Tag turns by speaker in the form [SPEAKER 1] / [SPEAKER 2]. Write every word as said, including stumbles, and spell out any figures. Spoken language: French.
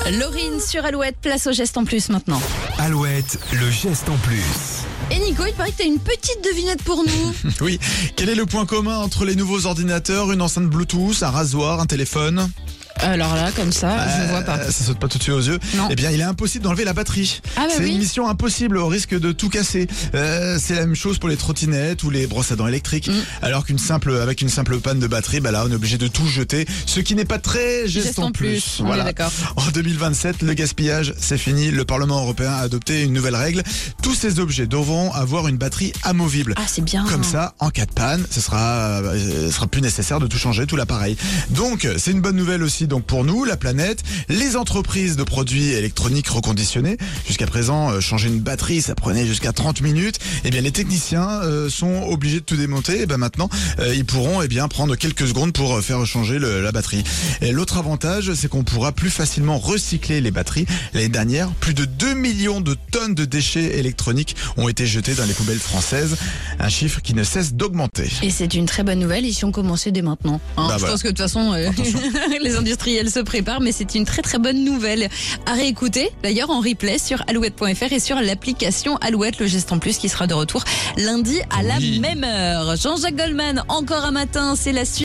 [SPEAKER 1] Laurine sur Alouette, place au geste en plus maintenant.
[SPEAKER 2] Alouette, le geste en plus.
[SPEAKER 1] Et Nico, il paraît que tu as une petite devinette pour nous.
[SPEAKER 3] Oui, quel est le point commun entre les nouveaux ordinateurs, une enceinte Bluetooth, un rasoir, un téléphone?
[SPEAKER 1] Alors là, comme ça, je
[SPEAKER 3] Euh,
[SPEAKER 1] vois pas.
[SPEAKER 3] Ça saute pas tout de suite aux yeux.
[SPEAKER 1] Non.
[SPEAKER 3] Eh bien, il est impossible d'enlever la batterie.
[SPEAKER 1] Ah bah
[SPEAKER 3] c'est
[SPEAKER 1] oui.
[SPEAKER 3] une mission impossible au risque de tout casser. Euh, c'est la même chose pour les trottinettes ou les brosses à dents électriques.
[SPEAKER 1] Mm.
[SPEAKER 3] Alors qu'une simple, avec une simple panne de batterie, bah là, on est obligé de tout jeter, ce qui n'est pas très geste,
[SPEAKER 1] Geste
[SPEAKER 3] en
[SPEAKER 1] en
[SPEAKER 3] plus.
[SPEAKER 1] plus, on est
[SPEAKER 3] Voilà.
[SPEAKER 1] d'accord.
[SPEAKER 3] En deux mille vingt-sept, le gaspillage, c'est fini. Le Parlement européen a adopté une nouvelle règle. Tous ces objets devront avoir une batterie amovible.
[SPEAKER 1] Ah, c'est bien.
[SPEAKER 3] Comme ça, en cas de panne, ce sera, euh, ce sera plus nécessaire de tout changer, tout l'appareil. Donc, c'est une bonne nouvelle aussi donc pour nous, la planète, les entreprises de produits électroniques reconditionnés. Jusqu'à présent, euh, changer une batterie, ça prenait jusqu'à trente minutes. Eh bien, les techniciens euh, sont obligés de tout démonter. Et ben maintenant, euh, ils pourront eh bien prendre quelques secondes pour euh, faire changer le, la batterie. Et l'autre avantage, c'est qu'on pourra plus facilement recycler les batteries. L'année dernière, plus de deux millions de tonnes de déchets électroniques ont été jetés dans les poubelles françaises. Un chiffre qui ne cesse d'augmenter.
[SPEAKER 1] Et c'est une très bonne nouvelle, ils sont commencés dès maintenant. Hein,
[SPEAKER 3] Bah
[SPEAKER 1] je
[SPEAKER 3] voilà.
[SPEAKER 1] pense que de toute façon, euh,
[SPEAKER 3] Attention.
[SPEAKER 1] les industriels se préparent, mais c'est une très très bonne nouvelle. À réécouter, d'ailleurs en replay sur alouette point f r et sur l'application Alouette, le geste en plus qui sera de retour lundi à la
[SPEAKER 3] Oui.
[SPEAKER 1] même heure. Jean-Jacques Goldman, encore un matin, c'est la suite.